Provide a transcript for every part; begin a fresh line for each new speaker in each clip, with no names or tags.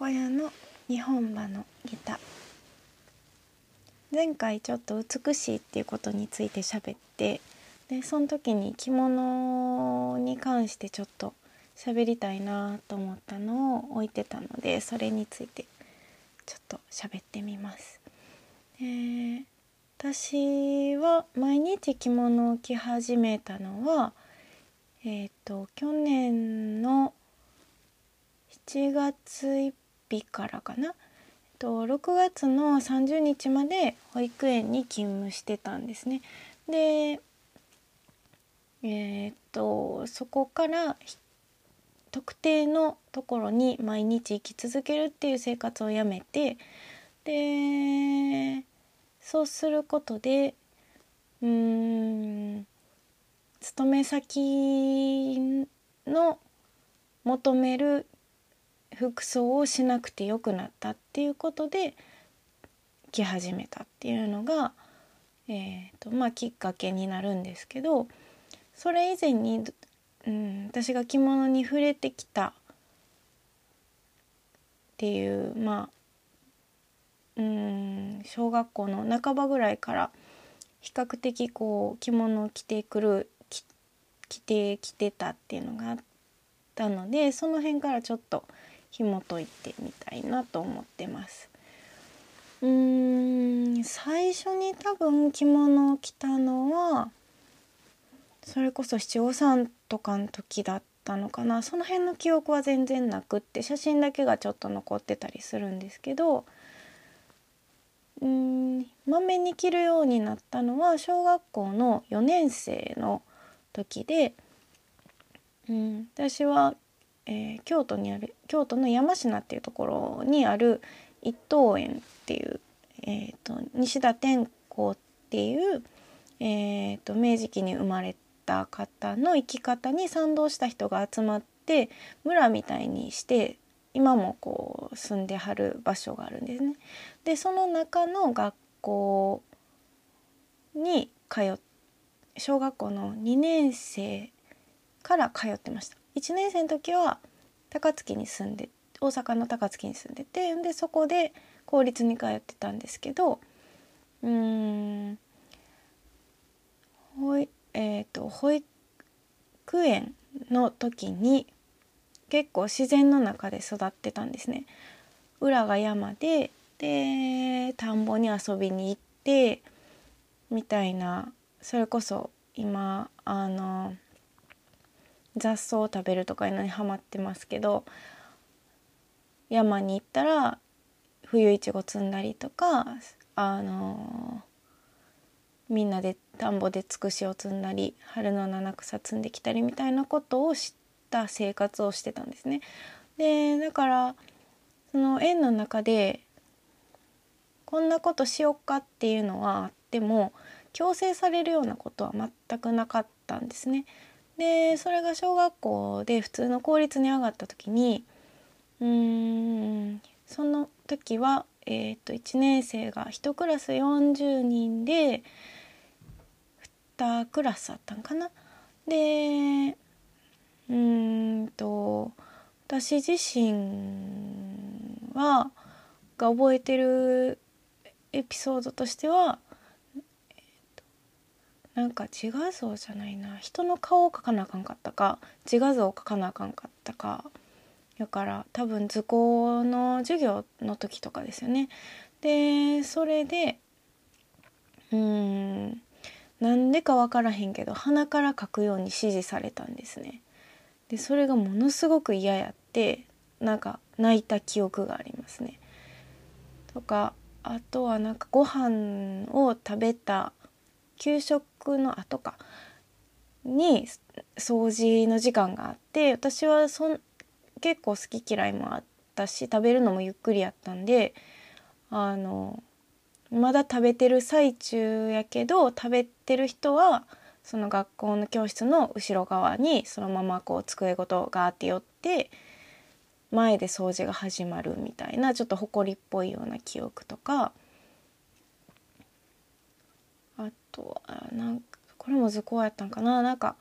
屋の日本馬のギター。前回ちょっと美しいっていうことについて喋って、でその時に着物に関してちょっと喋りたいなと思ったのを置いてたので、それについてちょっと喋ってみます。私は毎日着物を着始めたのは去年の7月1日からかな。6月の30日まで保育園に勤務してたんですね。で、そこから特定のところに毎日行き続けるっていう生活をやめて、でそうすることで勤め先の求める服装をしなくてよくなったっていうことで着始めたっていうのが、きっかけになるんですけど、それ以前に、私が着物に触れてきたっていう小学校の半ばぐらいから比較的こう着物を着てきてたっていうのがあったので、その辺からちょっと紐解いてみたいなと思ってます。最初に多分着物を着たのはそれこそ七五三とかの時だったのかな。その辺の記憶は全然なくって、写真だけがちょっと残ってたりするんですけど、まめに着るようになったのは小学校の4年生の時で、私は、京都の山科っていうところにある一等園っていう、西田天功っていう、明治期に生まれた方の生き方に賛同した人が集まって村みたいにして今もこう住んではる場所があるんですね。でその中の学校に小学校の2年生から通ってました。1年生の時は大阪の高槻に住んでて、でそこで公立に通ってたんですけど、保育園の時に結構自然の中で育ってたんですね。裏が山で、田んぼに遊びに行ってみたいな、それこそ今雑草を食べるとかいうのにハマってますけど、山に行ったら冬いちご摘んだりとか、みんなで田んぼでつくしを摘んだり春の七草摘んできたりみたいなことをした生活をしてたんですね。でだからその園の中でこんなことしよっかっていうのはあっても強制されるようなことは全くなかったんですね。でそれが小学校で普通の公立に上がった時にその時は、1年生が1クラス40人で2クラスあったんかな。で私自身が覚えてるエピソードとしては、なんか自画像じゃないな、人の顔を描かなあかんかったか自画像を描かなあかんかったか、だから多分図工の授業の時とかですよね。でそれでなんでか分からへんけど鼻から描くように指示されたんですね。でそれがものすごく嫌やって、なんか泣いた記憶がありますね。とかあとはなんかご飯を食べた給食の後かに掃除の時間があって、私は結構好き嫌いもあったし食べるのもゆっくりやったんで、まだ食べてる最中やけど食べてる人はその学校の教室の後ろ側にそのままこう机ごとガーって寄って前で掃除が始まるみたいな、ちょっと埃っぽいような記憶とか、あとはなんかこれも図工やったんかな、なんか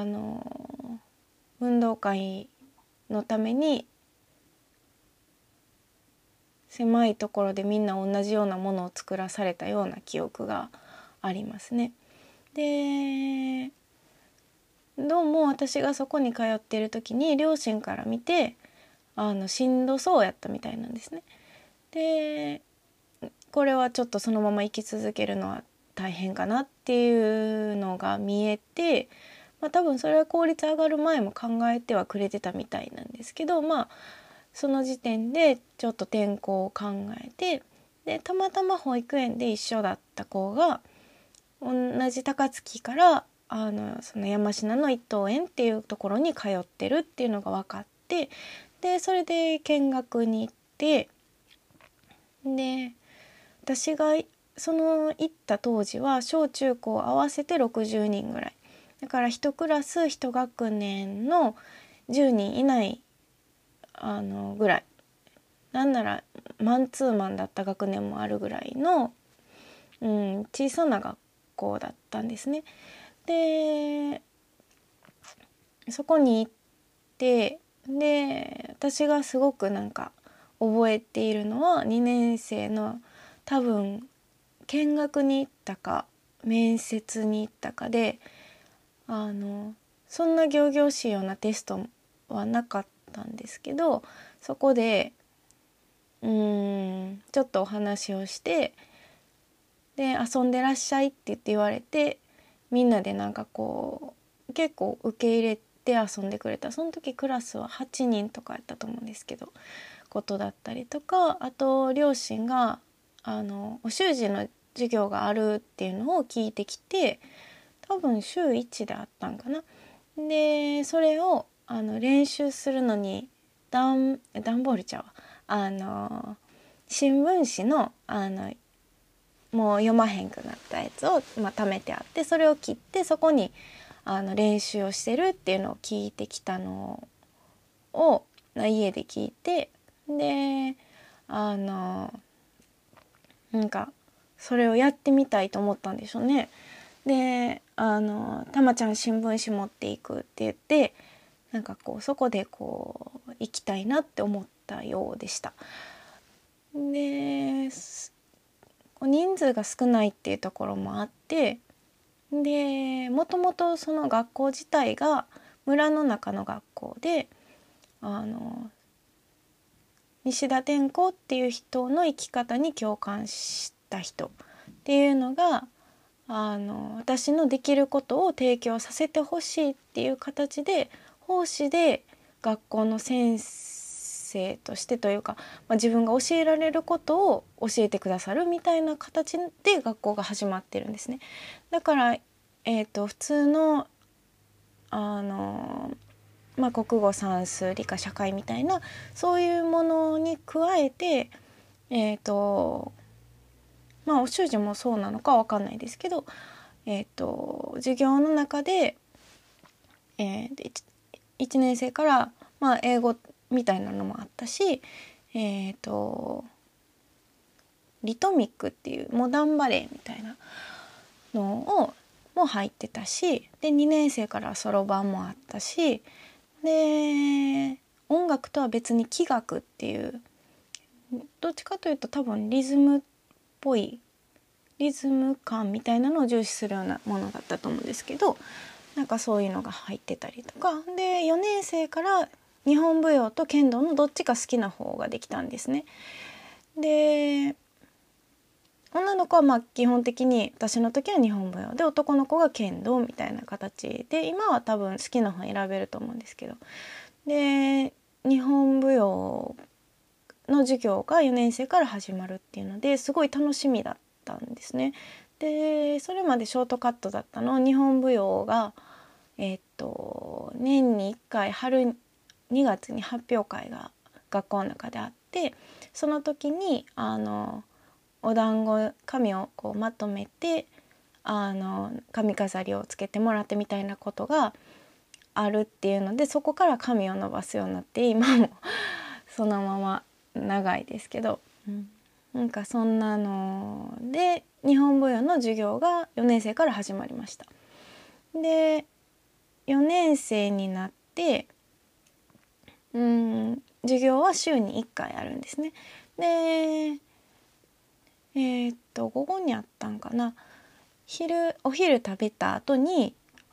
運動会のために狭いところでみんな同じようなものを作らされたような記憶がありますね。でどうも私がそこに通っている時に両親から見てしんどそうやったみたいなんですね。でこれはちょっとそのまま生き続けるのは大変かなっていうのが見えて、多分それは効率上がる前も考えてはくれてたみたいなんですけど、その時点でちょっと転校を考えて、でたまたま保育園で一緒だった子が同じ高槻からその山科の一等園っていうところに通ってるっていうのが分かって、でそれで見学に行って、で私がその行った当時は小中高合わせて60人ぐらいだから、1クラス1学年の10人以内ぐらい、なんならマンツーマンだった学年もあるぐらいの、小さな学校だったんですね。でそこに行って、で私がすごく覚えているのは2年生の多分見学に行ったか面接に行ったかで、そんな仰々しいようなテストはなかったんですけど、そこでちょっとお話をして、で遊んでらっしゃいって言われて、みんなで結構受け入れて遊んでくれた。その時クラスは8人とかやったと思うんですけど、ことだったりとか、あと両親がお習字の授業があるっていうのを聞いてきて、多分週1であったんかな。でそれを練習するのに段ボールちゃうわ、新聞紙のもう読まへんくなったやつを、貯めてあって、それを切ってそこに練習をしてるっていうのを聞いてきたのを家で聞いて、でそれをやってみたいと思ったんでしょうね。でたまちゃん新聞紙持っていくって言って、そこで行きたいなって思ったようでした。で人数が少ないっていうところもあって、でもともとその学校自体が村の中の学校で、西田天子っていう人の生き方に共感した人っていうのが私のできることを提供させてほしいっていう形で、奉仕で学校の先生としてというか、自分が教えられることを教えてくださるみたいな形で学校が始まってるんですね。だから、普通の国語算数理科社会みたいなそういうものに加えて、お習字もそうなのかわかんないですけど、授業の中で、1年生から、英語みたいなのもあったし、リトミックっていうモダンバレエみたいなのも入ってたし、で2年生からそろばんもあったし、で音楽とは別に器楽っていうどっちかというと多分リズムっぽいリズム感みたいなのを重視するようなものだったと思うんですけど、そういうのが入ってたりとかで、4年生から日本舞踊と剣道のどっちか好きな方ができたんですね。で女の子は基本的に私の時は日本舞踊で、男の子が剣道みたいな形で、今は多分好きな方選べると思うんですけど、で日本舞踊の授業が4年生から始まるっていうのですごい楽しみだったんですね。でそれまでショートカットだったの日本舞踊が年に1回春2月に発表会が学校の中であって、その時にお団子紙をまとめて髪飾りをつけてもらってみたいなことがあるっていうので、そこから髪を伸ばすようになって、今もそのまま長いですけど、そんなので日本舞踊の授業が4年生から始まりました。で4年生になってで授業は週に1回あるんですね。で午後にあったんかな、お昼食べた後に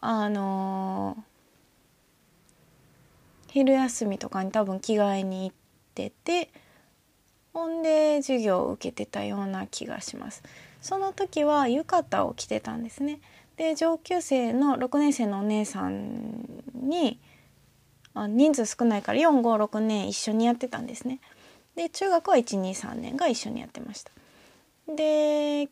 昼休みとかに多分着替えに行ってて、ほんで授業を受けてたような気がします。その時は浴衣を着てたんですね。で上級生の6年生のお姉さんに人数少ないから456年一緒にやってたんですね。で中学は123年が一緒にやってました。で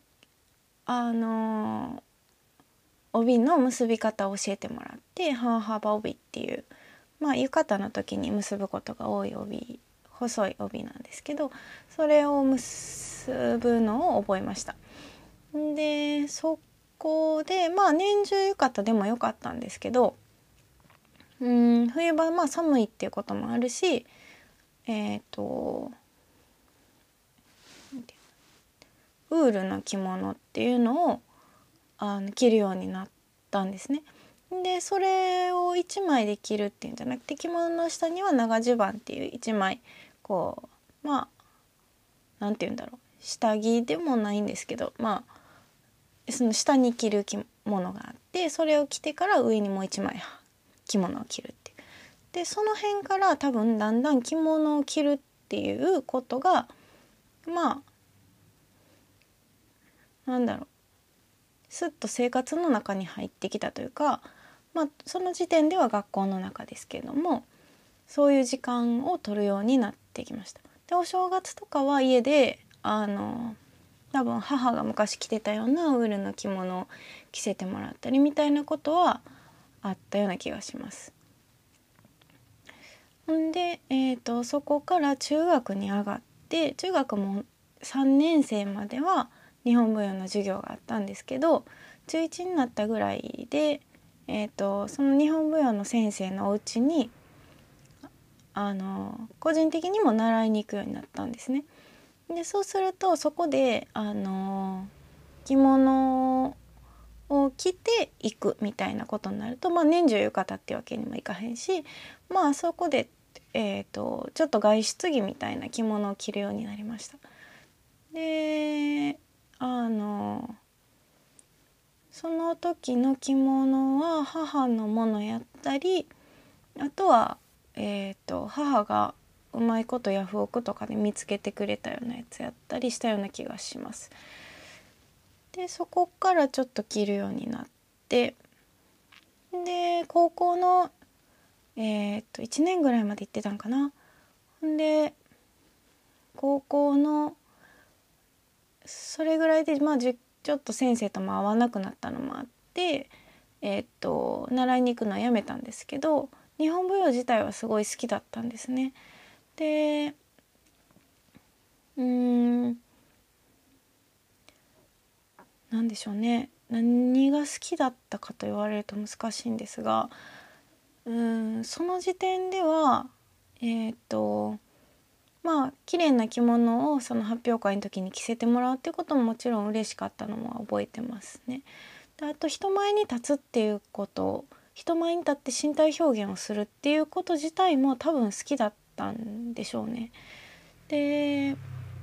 帯の結び方を教えてもらって、半幅帯っていう、浴衣の時に結ぶことが多い帯、細い帯なんですけど、それを結ぶのを覚えました。でそこで年中浴衣でもよかったんですけど、冬場寒いっていうこともあるし、ウールの着物っていうのを着るようになったんですね。でそれを1枚で着るっていうんじゃなくて、着物の下には長襦袢っていう1枚こうなんていうんだろう、下着でもないんですけど、その下に着る着物があって、それを着てから上にもう1枚着物を着るっていう。でその辺から多分だんだん着物を着るっていうことがなんだろう、すっと生活の中に入ってきたというか、その時点では学校の中ですけれども、そういう時間を取るようになってきました。でお正月とかは家で多分母が昔着てたようなウールの着物を着せてもらったりみたいなことはあったような気がします。んで、そこから中学に上がって、中学も3年生までは日本舞踊の授業があったんですけど、中1になったぐらいで、その日本舞踊の先生のお家に個人的にも習いに行くようになったんですね。でそうするとそこで着物を着ていくみたいなことになると、年中浴衣ってわけにもいかへんし、そこで、ちょっと外出着みたいな着物を着るようになりました。でその時の着物は母のものやったり、あとは、母がうまいことヤフオクとかで見つけてくれたようなやつやったりしたような気がします。でそこからちょっと着るようになって、で高校の1年ぐらいまで行ってたんかな。で高校のそれぐらいでちょっと先生とも会わなくなったのもあって、習いに行くのはやめたんですけど、日本舞踊自体はすごい好きだったんですね。でなんでしょうね、何が好きだったかと言われると難しいんですが、その時点では綺麗な着物をその発表会の時に着せてもらうっていうことももちろん嬉しかったのも覚えてますね。であと人前に立つっていうこと、人前に立って身体表現をするっていうこと自体も多分好きだったんでしょうね。で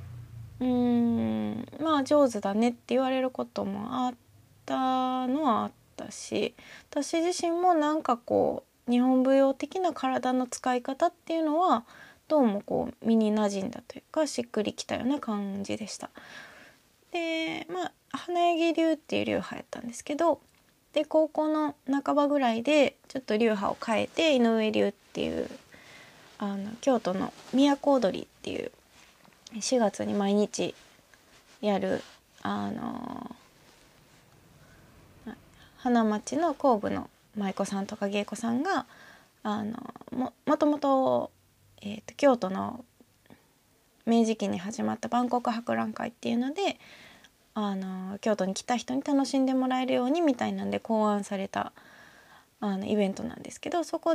上手だねって言われることもあったのはあったし、私自身もなんかこう日本舞踊的な体の使い方っていうのはどうもこう身に馴染んだというか、しっくりきたような感じでした。で花柳流っていう流派やったんですけど、で高校の半ばぐらいでちょっと流派を変えて井上流っていう京都の都踊りっていう4月に毎日やる花町の工部の舞妓さんとか芸妓さんがもともと京都の明治期に始まった万国博覧会っていうので京都に来た人に楽しんでもらえるようにみたいなんで考案されたイベントなんですけど、そこ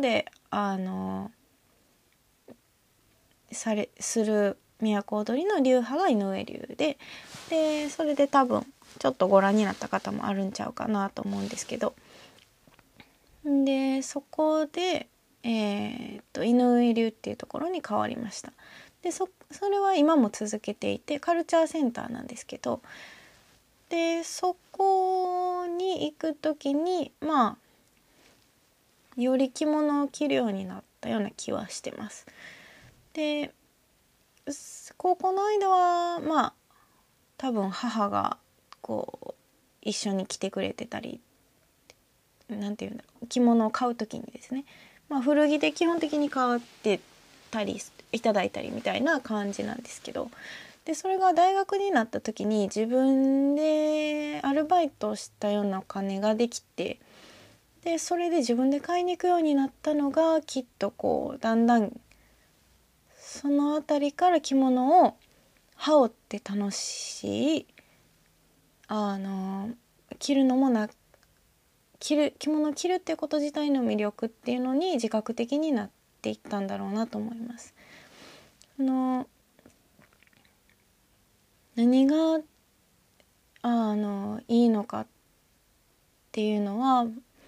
でする都踊りの流派が井上流で、それで多分ちょっとご覧になった方もあるんちゃうかなと思うんですけど、でそこで井上流っていうところに変わりました。でそれは今も続けていてカルチャーセンターなんですけど、でそこに行く時により着物を着るようになったような気はしてます。で高校の間は多分母が一緒に来てくれてたり、なんていうんだろう、着物を買う時にですね、古着で基本的に買ってたりいただいたりみたいな感じなんですけど、でそれが大学になった時に自分でアルバイトをしたようなお金ができて、でそれで自分で買いに行くようになったのがきっとだんだんそのあたりから着物を羽織って楽しい着るのも着物を着るっていうこと自体の魅力っていうのに自覚的になっていったんだろうなと思います。何がいいのかっていうのは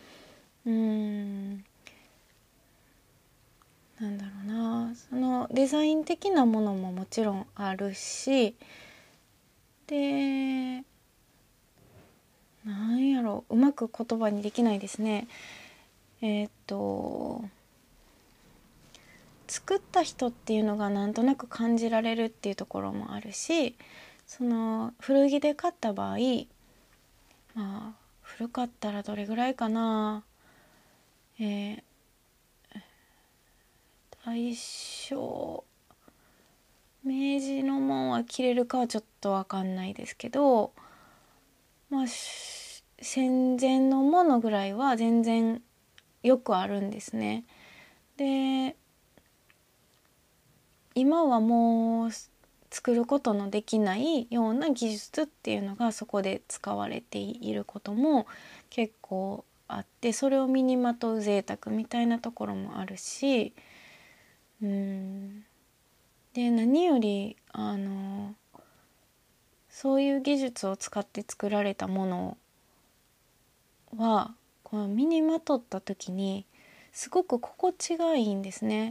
なんだろうな、そのデザイン的なものももちろんあるし、でなんやろう、うまく言葉にできないですね。作った人っていうのがなんとなく感じられるっていうところもあるし、その古着で買った場合、古かったらどれぐらいかな、大正明治のもんは着れるかはちょっと分かんないですけど、戦前のものぐらいは全然よくあるんですね。で今はもう作ることのできないような技術っていうのがそこで使われていることも結構あって、それを身にまとう贅沢みたいなところもあるし、で何よりそういう技術を使って作られたものはこの身にまとった時にすごく心地がいいんですね。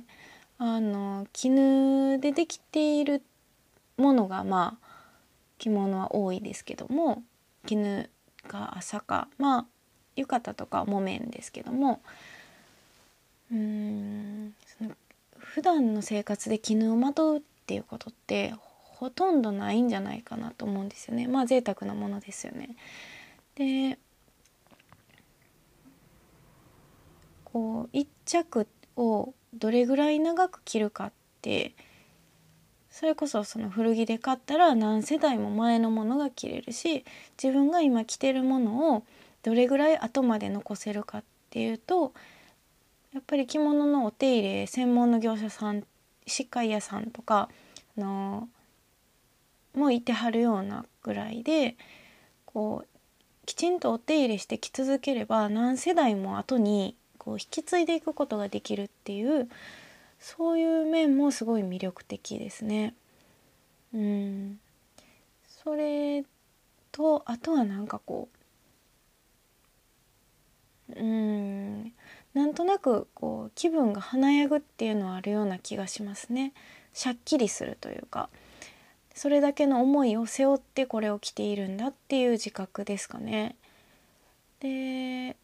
絹でできているものが着物は多いですけども、絹か麻か浴衣とか木綿ですけども、その普段の生活で絹をまとうっていうことってほとんどないんじゃないかなと思うんですよね。贅沢なものですよね。で一着をどれぐらい長く着るかって、それこそその古着で買ったら何世代も前のものが着れるし、自分が今着てるものをどれぐらい後まで残せるかっていうと、やっぱり着物のお手入れ専門の業者さん、漆械屋さんとかもういてはるようなぐらいで、きちんとお手入れして着続ければ何世代も後に引き継いでいくことができるっていう、そういう面もすごい魅力的ですね。それとあとはなんとなく気分が華やぐっていうのはあるような気がしますね。しゃっきりするというか、それだけの思いを背負ってこれを着ているんだっていう自覚ですかね。で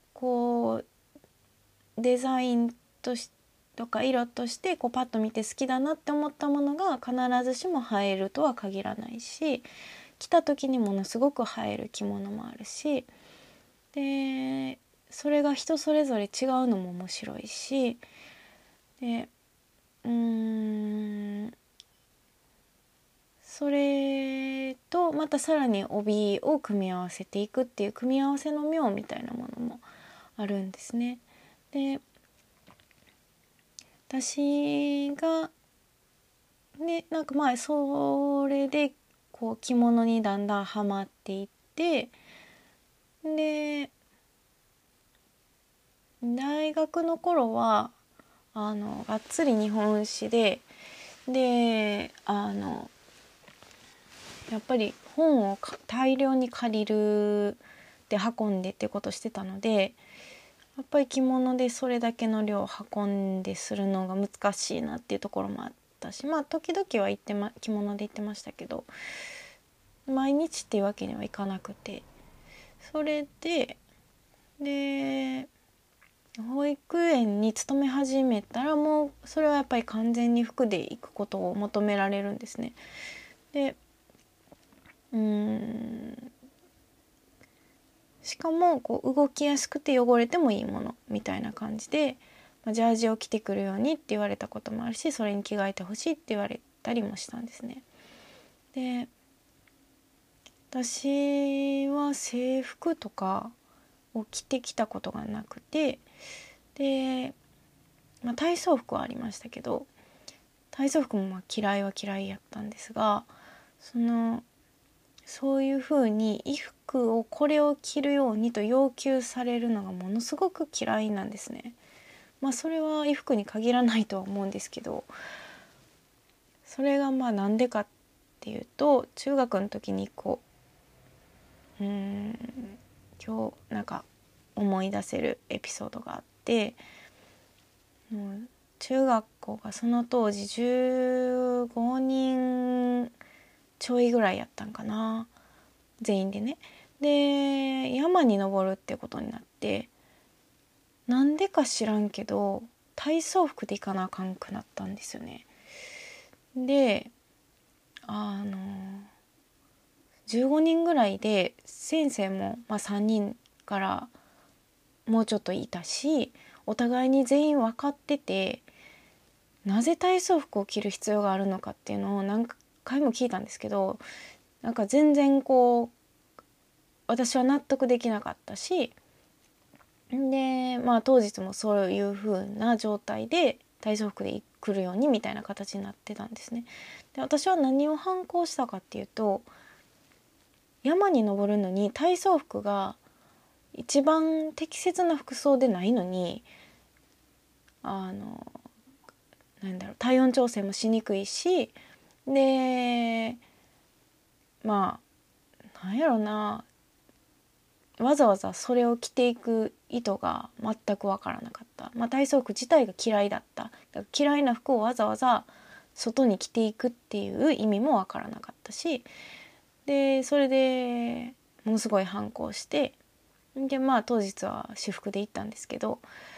デザインとか色としてパッと見て好きだなって思ったものが必ずしも映えるとは限らないし、着た時にものすごく映える着物もあるし、でそれが人それぞれ違うのも面白いし、でそれとまたさらに帯を組み合わせていくっていう組み合わせの妙みたいなものもあるんですね。で私がね、それで着物にだんだんハマっていって、で大学の頃はがっつり日本史でやっぱり本を大量に借りるで運んでってことしてたので、 やっぱり着物でそれだけの量を運んでするのが難しいなっていうところもあったし、時々は着物で行ってましたけど、毎日っていうわけにはいかなくて、それで保育園に勤め始めたら、もうそれはやっぱり完全に服で行くことを求められるんですね。でしかもこう動きやすくて汚れてもいいものみたいな感じで、ジャージを着てくるようにって言われたこともあるし、それに着替えてほしいって言われたりもしたんですね。で私は制服とかを着てきたことがなくて、で、体操服はありましたけど、体操服も嫌いは嫌いやったんですが、そういうふうに衣服をこれを着るようにと要求されるのがものすごく嫌いなんですね。それは衣服に限らないとは思うんですけど、それがなんでかっていうと、中学の時に今日なんか思い出せるエピソードがあって、もう中学校がその当時15人ちょいぐらいやったんかな、全員でね。で山に登るってことになって、なんでか知らんけど体操服で行かなあかんくなったんですよね。で15人ぐらいで、先生も3人からもうちょっといたし、お互いに全員分かってて、なぜ体操服を着る必要があるのかっていうのを何回も聞いたんですけど、なんか全然私は納得できなかったし、で当日もそういう風な状態で体操服で来るようにみたいな形になってたんですね。で私は何を反抗したかっていうと、山に登るのに体操服が一番適切な服装でないのに、体温調整もしにくいし、でなんやろな、わざわざそれを着ていく意図が全く分からなかった。体操服自体が嫌いだった。だから嫌いな服をわざわざ外に着ていくっていう意味も分からなかったし、でそれでものすごい反抗して、で当日は私服で行ったんですけど、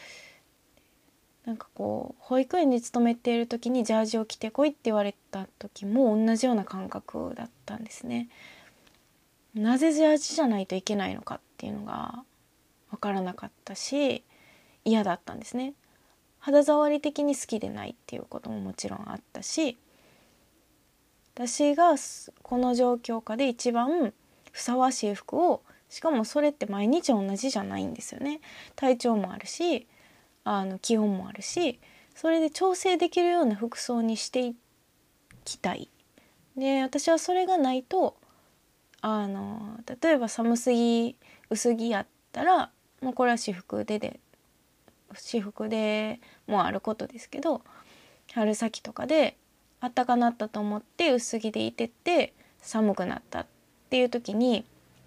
保育園に勤めている時にジャージを着てこいって言われた時も同じような感覚だったんですね。なぜジャージじゃないといけないのかっていうのが分からなかったし、嫌だったんですね。肌触り的に好きでないっていうことももちろんあったし、私がこの状況下で一番ふさわしい服を、しかもそれって毎日同じじゃないんですよね。体調もあるし、気温もあるし、それで調整できるような服装にしていきたい。で私はそれがないと、例えば寒すぎ薄着やったら、もうこれは私服でもうあることですけど、春先とかで暖かなったと思って薄着でいてって寒くなったっていう時に、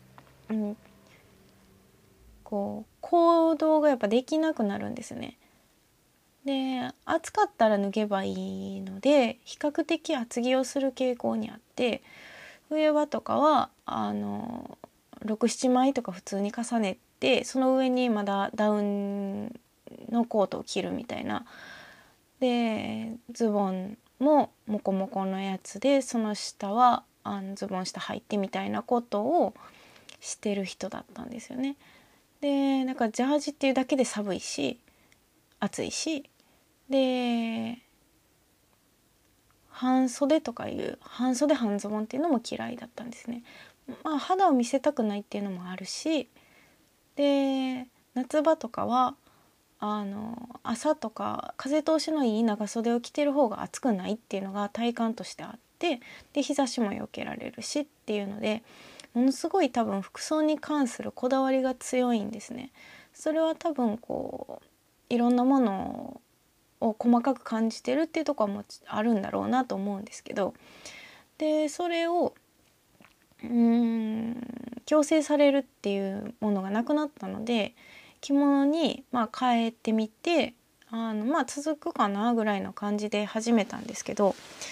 行動がやっぱできなくなるんですよね。で暑かったら脱げばいいので、比較的厚着をする傾向にあって、冬場とかは6、7枚とか普通に重ねて、その上にまだダウンのコートを着るみたいな。でズボンもモコモコのやつで、その下はズボン下履いてみたいなことをしてる人だったんですよね。でなんかジャージっていうだけで寒いし暑いし、で半袖とかいう半袖半ズボンっていうのも嫌いだったんですね。肌を見せたくないっていうのもあるし、で夏場とかは朝とか風通しのいい長袖を着てる方が暑くないっていうのが体感としてあって、で日差しも避けられるしっていうので、ものすごい多分服装に関するこだわりが強いんですね。それは多分いろんなものを細かく感じてるっていうところもあるんだろうなと思うんですけど、でそれを強制されるっていうものがなくなったので、 着物に変えてみて続くかなぐらいの感じで始めたんですけど、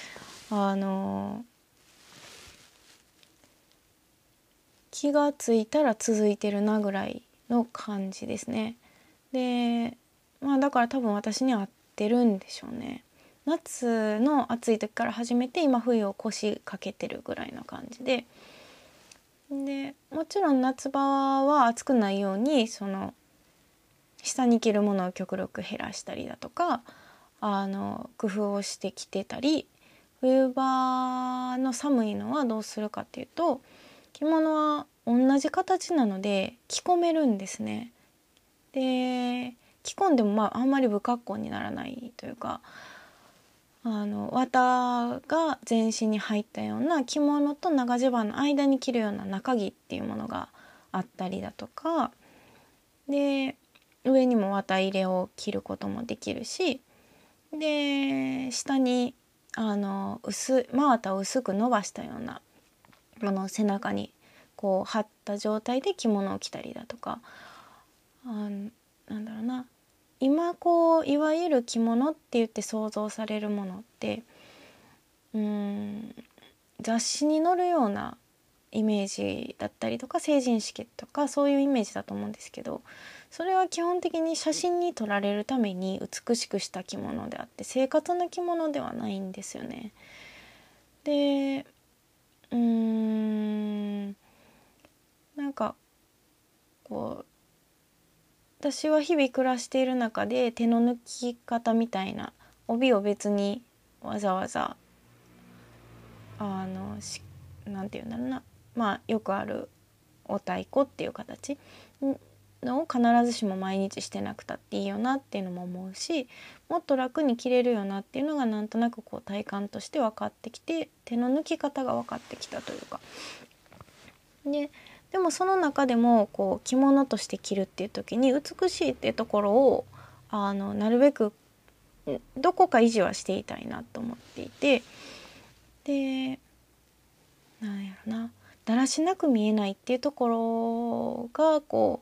気がついたら続いてるなぐらいの感じですね。でだから多分私に合ってるんでしょうね。夏の暑い時から始めて今冬を腰掛けてるぐらいの感じで、もちろん夏場は暑くないように下に着るものを極力減らしたりだとか工夫をしてきてたり、冬場の寒いのはどうするかっていうと、着物は同じ形なので着込めるんですね。で着込んでもあんまり不格好にならないというか、綿が全身に入ったような着物と長襦袢の間に着るような中着っていうものがあったりだとかで、上にも綿入れを着ることもできるし、で下に真綿を薄く伸ばしたようなものを背中にこう貼った状態で着物を着たりだとか、なんだろうな、今いわゆる着物って言って想像されるものって雑誌に載るようなイメージだったりとか成人式とかそういうイメージだと思うんですけど、それは基本的に写真に撮られるために美しくした着物であって生活の着物ではないんですよね。でなんか私は日々暮らしている中で手の抜き方みたいな帯を別にわざわざなんていうんだろうな、よくあるお太鼓っていう形のを必ずしも毎日してなくたっていいよなっていうのも思うし、もっと楽に着れるよなっていうのがなんとなく体感として分かってきて、手の抜き方が分かってきたというかでもその中でも着物として着るっていう時に美しいっていうところをなるべくどこか維持はしていたいなと思っていて、でなんやろな、だらしなく見えないっていうところが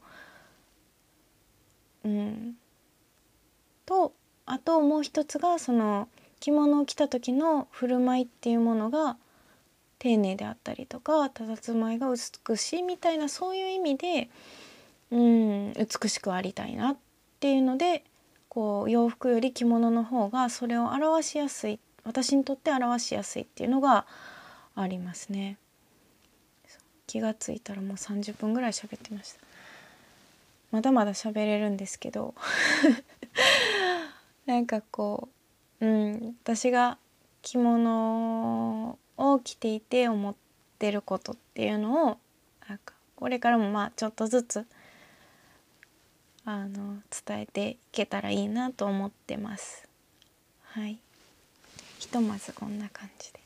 あともう一つが着物を着た時の振る舞いっていうものが丁寧であったりとか佇まいが美しいみたいな、そういう意味で美しくありたいなっていうので洋服より着物の方がそれを表しやすい、私にとって表しやすいっていうのがありますね。気がついたらもう30分ぐらい喋ってました。まだまだ喋れるんですけどなんか私が着物を着ていて思ってることっていうのをこれからもちょっとずつ伝えていけたらいいなと思ってます。はい、ひとまずこんな感じで。